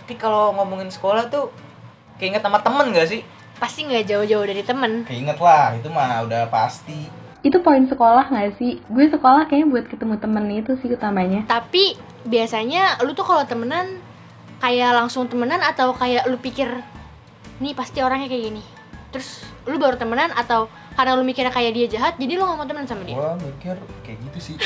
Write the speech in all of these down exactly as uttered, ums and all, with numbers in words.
Tapi kalau ngomongin sekolah tuh keinget sama temen gak sih? Pasti nggak jauh-jauh dari temen. Keinget lah, itu mah udah pasti. Itu poin sekolah gak sih? Gue sekolah kayaknya buat ketemu temen itu sih utamanya. Tapi biasanya lu tuh kalau temenan kayak langsung temenan atau kayak lu pikir nih pasti orangnya kayak gini, terus lu baru temenan, atau karena lu mikirnya kayak dia jahat jadi lu gak mau temenan sama dia? Gua mikir kayak gitu sih.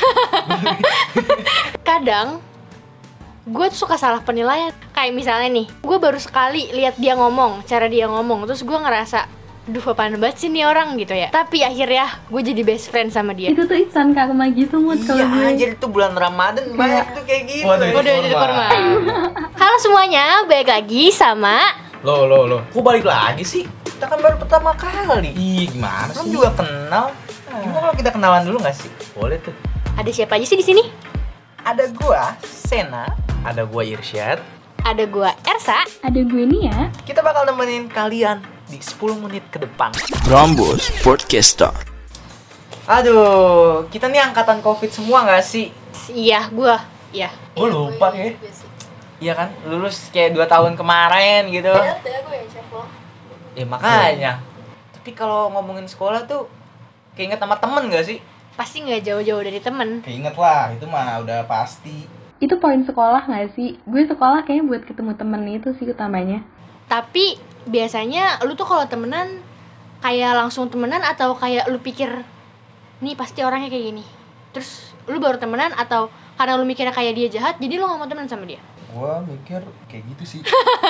Kadang gue tuh suka salah penilaian. Kayak misalnya nih, gue baru sekali lihat dia ngomong, cara dia ngomong, terus gue ngerasa, duh apaan banget sih nih orang gitu ya. Tapi akhirnya gue jadi best friend sama dia. Itu tuh insan karma gitu Mut kalau Iya gue. anjir, itu bulan Ramadan banyak tuh kayak gitu. Waduh, itu Udah, udah kurma. kurma. Halo semuanya, balik lagi sama Lo lo lo. Kok balik lagi sih? Kita kan baru pertama kali. Ih, gimana Kan sih? juga kenal. Gimana kalau kita kenalan dulu gak sih? Boleh tuh. ada siapa aja sih di sini? Ada gua, Sena. Ada gua Irsyad. Ada gue Ersa. Ada gue nih ya. Kita bakal nemenin kalian di sepuluh menit ke depan. Rambus Podcaster. Aduh, kita nih angkatan Covid semua gak sih? Iya, gue. Iya. Gua lupa ya. Iya kan? Lulus kayak dua tahun kemarin gitu. Ya makanya. Tapi kalau ngomongin sekolah tuh keinget sama temen gak sih? Pasti nggak jauh-jauh dari temen. Keinget lah, itu mah udah pasti. Itu poin sekolah gak sih? Gue sekolah kayaknya buat ketemu temen itu sih utamanya. Tapi biasanya lu tuh kalau temenan kayak langsung temenan atau kayak lu pikir nih pasti orangnya kayak gini, terus lu baru temenan, atau karena lu mikirnya kayak dia jahat jadi lu gak mau temenan sama dia? Gua mikir kayak gitu sih.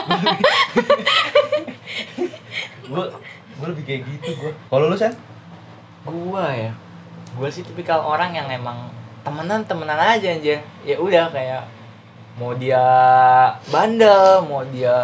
Gua gua lebih kayak gitu gua. Kalau lu Sen? Gua ya. Gua sih tipikal orang yang emang temenan temenan aja anjir. Ya udah kayak mau dia bandel, mau dia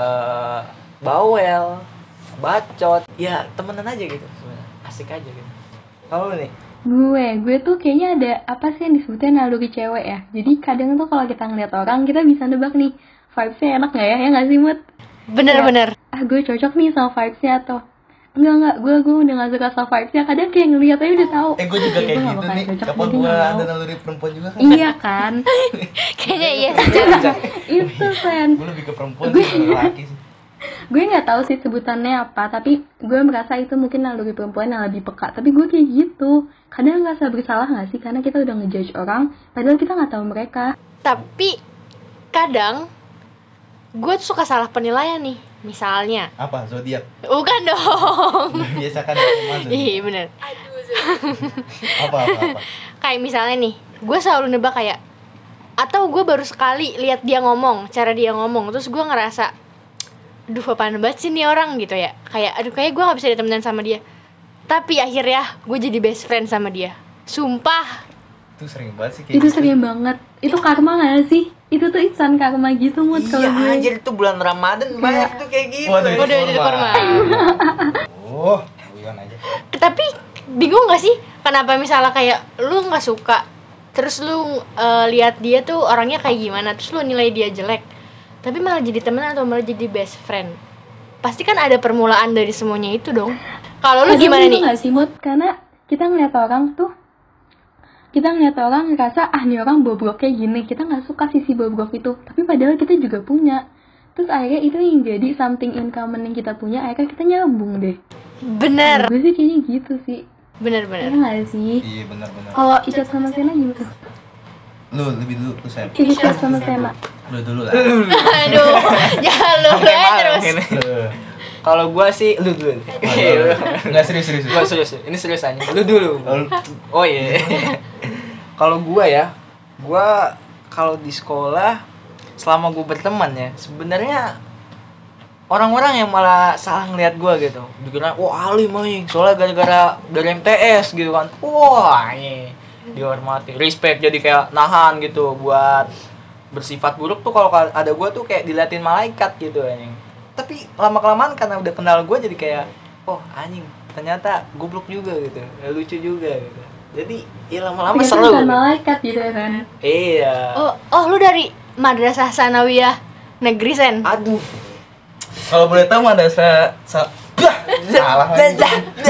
bawel, bacot, ya temenan aja gitu sebenarnya. Asik aja gitu. Kalau lu nih? Gue, gue tuh kayaknya ada apa sih yang disebutnya naluri cewek ya. Jadi kadang tuh kalau kita ngeliat orang, kita bisa nebak nih vibes-nya enak gak ya, ya gak sih Mut? Bener-bener. Ah gue cocok nih sama vibes-nya atau enggak enggak, gue gue udah gak suka sama vibes-nya. Kadang kayak ngeliat aja udah tahu. Eh gua juga Ih, kayak gue gak gitu bakalan nih. cocok, Apa jadi gua gak ada mau. naluri perempuan juga kan? Iya kan? Kayaknya iya. Itu Sen. Gua lebih ke perempuan sih, ke laki sih. Gue nggak tahu sih sebutannya apa, tapi gue merasa itu mungkin naluri perempuan yang lebih peka. Tapi gue kayak gitu, kadang ngerasa bersalah nggak sih karena kita udah ngejudge orang padahal kita nggak tahu mereka. Tapi kadang gue tuh suka salah penilaian nih. Misalnya, Apa? Zodiak. bukan dong. Biasa kan masuk. Iya bener. Apa apa apa. Kayak misalnya nih, gue selalu nebak kayak, atau gue baru sekali lihat dia ngomong, cara dia ngomong, terus gue ngerasa, duh apaan banget sih nih orang gitu ya. Kayak aduh kayak gue gak bisa ditemenan sama dia. Tapi akhirnya gue jadi best friend sama dia. Sumpah. Itu sering banget sih kayak Itu gitu. sering banget. Itu karma nggak sih? Itu tuh insan karma gitu Mut kalau Iya gue. anjir, itu bulan Ramadan banyak tuh kayak gitu. Waduh, itu Udah udah kurma. kurma. Oh, bukan aja. Tapi bingung gak sih kenapa misalnya kayak lu nggak suka, terus lu uh, lihat dia tuh orangnya kayak gimana, terus lu nilai dia jelek, tapi malah jadi temen atau malah jadi best friend? Pasti kan ada permulaan dari semuanya itu dong. Kalau lu Kadang gimana gitu nih? nggak sih Mut? Karena kita ngeliat orang tuh, kita ngeliat orang ngerasa ah nih orang bobrok kayak gini, kita nggak suka sisi bobrok itu, tapi padahal kita juga punya. Terus akhirnya itu yang jadi something in common yang kita punya, akhirnya kita nyambung deh. Bener, Gue sih kayaknya gitu sih. bener Iya bener. nggak sih? Iya benar-benar. Kalau Icat sama Sena gimana? Lu lebih dulu tuh Sen. Icat sama Sena. Lu dulu lah. Aduh, jangan lu lu aja terus. Lu. Kalau gua sih lu dulu. Enggak serius serius. Gua serius. Ini serius aja. Lu dulu. Oh, lu- Oh iya. Kalau gua ya, gua kalau di sekolah selama gua berteman ya, sebenarnya orang-orang yang malah salah ngelihat gua gitu. Dikira wah alim aing, soalnya gara-gara dari M T S gitu kan. Wah, ini dihormati, respect, jadi kayak nahan gitu buat bersifat buruk tuh kalau ada gua tuh kayak diliatin malaikat gitu anjing. Tapi lama-kelamaan karena udah kenal gua jadi kayak oh anjing, ternyata goblok juga gitu. Ya, lucu juga gitu. Jadi ya lama-lama Ternyata seru. bukan malaikat gitu ya kan. Iya. Oh, oh lu dari Madrasah Sanawiyah Negeri Sen. Aduh. Kalau boleh tahu ada sa, sa bah, salah lagi.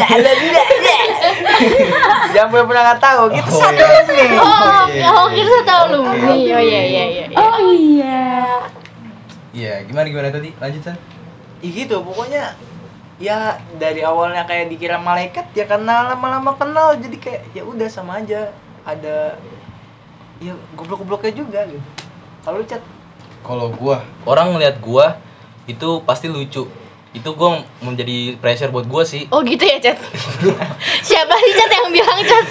Jangan pernah nggak tahu. Kita Oh, satu iya. nih. Oh, iya, oh iya. kita tahu lu. Nih, oh iya iya iya. iya. Oh iya. Iya, gimana gimana tadi? Lanjut San. Ya gitu, pokoknya ya dari awalnya kayak dikira malaikat ya karena lama-lama kenal jadi kayak ya udah sama aja. Ada ya goblok-gobloknya juga gitu. Kalau lu Chat, Kalau gua, orang ngeliat gua itu pasti lucu. Itu gua menjadi pressure buat gua sih. Oh gitu ya, Chat. Siapa sih Chat yang bilang, Chat?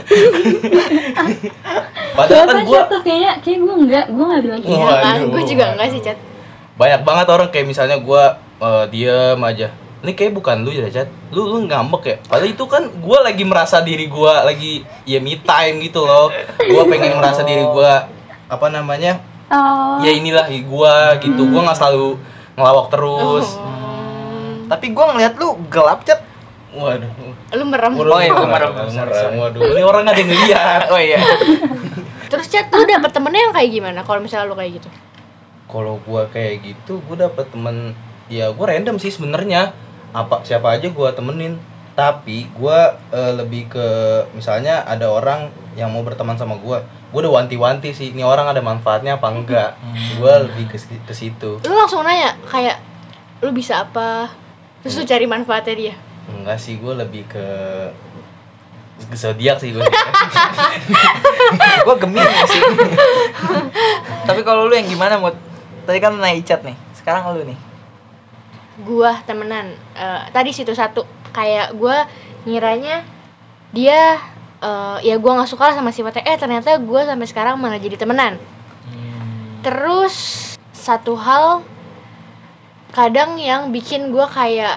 Padahal kan Siapa gua tuh kayaknya kayak gue enggak, gue enggak bilang gitu. Waduh. Iya, gue juga enggak sih, Chat. banyak banget orang kayak misalnya gua uh, diem aja. Ini kayak bukan lu ya, Chat. Lu lu ngambek ya. Padahal itu kan gua lagi merasa diri gua lagi ya me time gitu loh. Gua pengen merasa diri gua apa namanya? Oh. Ya inilah gua gitu. Gua nggak selalu ngelawak terus. tapi gua ngeliat lu gelap Chat. Waduh. Lu merem. Oh iya, gua merem, merem. merem. Waduh, ini orang nggak ada yang ngeliat. Oh iya. Terus Chat, lu dapet temennya yang kayak gimana kalau misalnya lu kayak gitu? Kalau gua kayak gitu, gua dapet temen ya gua random sih sebenarnya. Apa siapa aja gua temenin. Tapi gua eh, lebih ke misalnya ada orang yang mau berteman sama gua, gua udah wanti-wanti sih. Ini orang ada manfaatnya apa enggak? Gua lebih ke ke situ. Lu langsung nanya kayak lu bisa apa? Terus lu cari manfaatnya dia. Enggak sih, gua lebih ke ke zodiak sih gua. Gua Gemini sih. Tapi kalau lu yang gimana, Mut? Tadi kan nanya Icat nih. Sekarang lu nih. Gua temenan. Eh, tadi situ satu kayak gua ngiranya dia eh, ya gua nggak suka lah sama sifatnya. Eh ternyata gua sampai sekarang malah jadi temenan. Terus satu hal kadang yang bikin gua kayak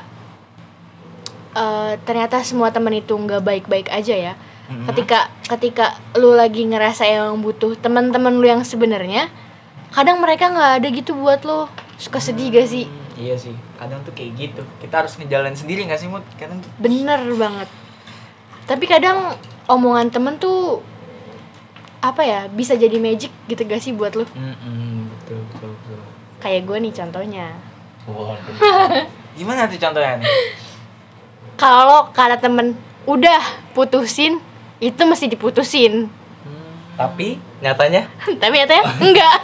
eh, ternyata semua temen itu nggak baik-baik aja ya. Ketika ketika lu lagi ngerasa yang butuh teman-teman lu yang sebenarnya, kadang mereka nggak ada gitu buat lu. Suka sedih gak sih? Iya sih. Kadang tuh kayak gitu. Kita harus ngejalanin sendiri enggak sih, Mut? Kadang tuh Bener banget. Tapi kadang omongan temen tuh apa ya, bisa jadi magic gitu gak sih buat lu? Mm-mm, betul, betul, betul. Kayak gue nih contohnya. Waduh. Gimana tuh contohnya nih? Kalau kata temen udah putusin, itu mesti diputusin. Tapi nyatanya Tapi nyatanya enggak.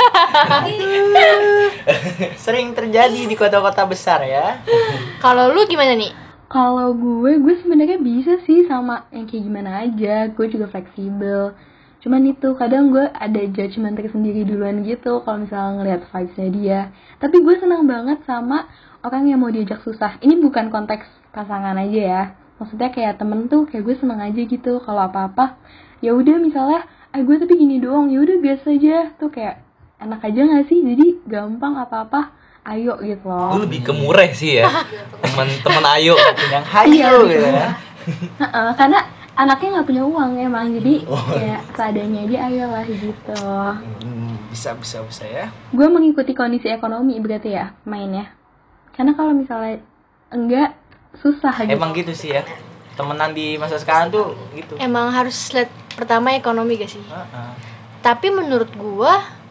Sering terjadi di kota-kota besar ya. Kalau lu gimana nih? Kalau gue, gue sebenarnya bisa sih sama yang kayak gimana aja. Gue juga fleksibel. Cuman itu kadang gue ada judgement tersendiri duluan gitu kalau misalnya ngelihat vibes-nya dia. Tapi gue senang banget sama orang yang mau diajak susah. Ini bukan konteks pasangan aja ya. Maksudnya kayak temen tuh kayak gue seneng aja gitu kalau apa-apa. Ya udah misalnya, ah gue tapi gini doang. Ya udah biasa aja tuh kayak enak aja nggak sih? Jadi gampang apa-apa. Ayo gitu loh. lu lebih ke mureh sih ya. Temen-temen ayo. Yang hayo gitu ya. Heeh, karena anaknya nggak punya uang emang, jadi ya seadanya aja ayolah gitu. Hmm, bisa, bisa, bisa ya. Gue mengikuti kondisi ekonomi berarti ya mainnya. Karena kalau misalnya enggak susah gitu. Emang gitu sih ya. Temenan di masa sekarang tuh gitu. Emang harus lihat pertama ekonomi gak sih? Heeh. Tapi menurut gua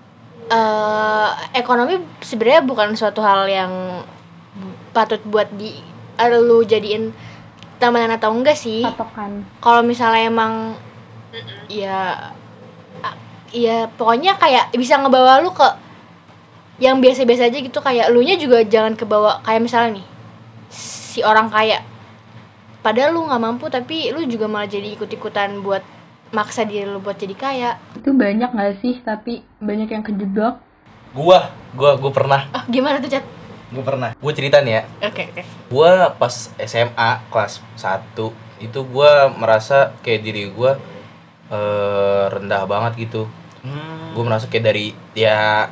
eh ekonomi sebenarnya bukan suatu hal yang patut buat di eh, lu jadiin temenan atau enggak sih. Patokan. Kalau misalnya emang ya a- ya pokoknya kayak bisa ngebawa lu ke yang biasa-biasa aja gitu, kayak lu nya juga jangan kebawa kayak misalnya nih si orang kaya padahal lu nggak mampu tapi lu juga malah jadi ikut-ikutan buat maksa diri lu buat jadi kaya. Itu banyak nggak sih? Tapi banyak yang kejedok. Gua, gua, gua pernah, Oh gimana tuh Cat? gua pernah. Gua cerita nih ya. Oke oke. Gua pas S M A kelas satu itu gua merasa kayak diri gua eh, rendah banget gitu. Hmm. Gua merasa kayak dari ya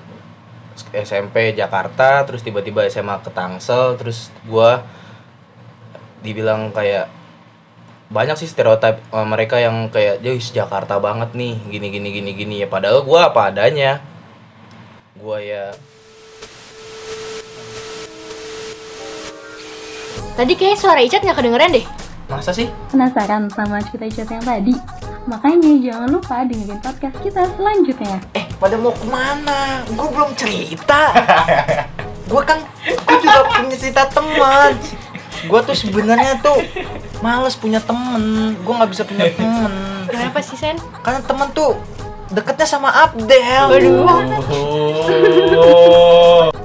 S M P Jakarta terus tiba-tiba S M A ke Tangsel, terus gua dibilang kayak banyak sih stereotip eh, mereka yang kayak jauh Jakarta banget nih, gini gini gini gini ya, padahal gua apa adanya. Gua ya Tadi kayak suara Icat nggak kedengeran deh. masa sih? Penasaran sama cerita-cerita yang tadi? Makanya jangan lupa dengerin podcast kita selanjutnya. Eh, pada mau kemana? Gue belum cerita. Gue kan, gue juga punya cerita teman. Gue tuh sebenarnya tuh males punya temen. Gue nggak bisa punya temen. Kenapa sih Sen? Karena temen tuh deketnya sama Abdel. Waduh. Oh.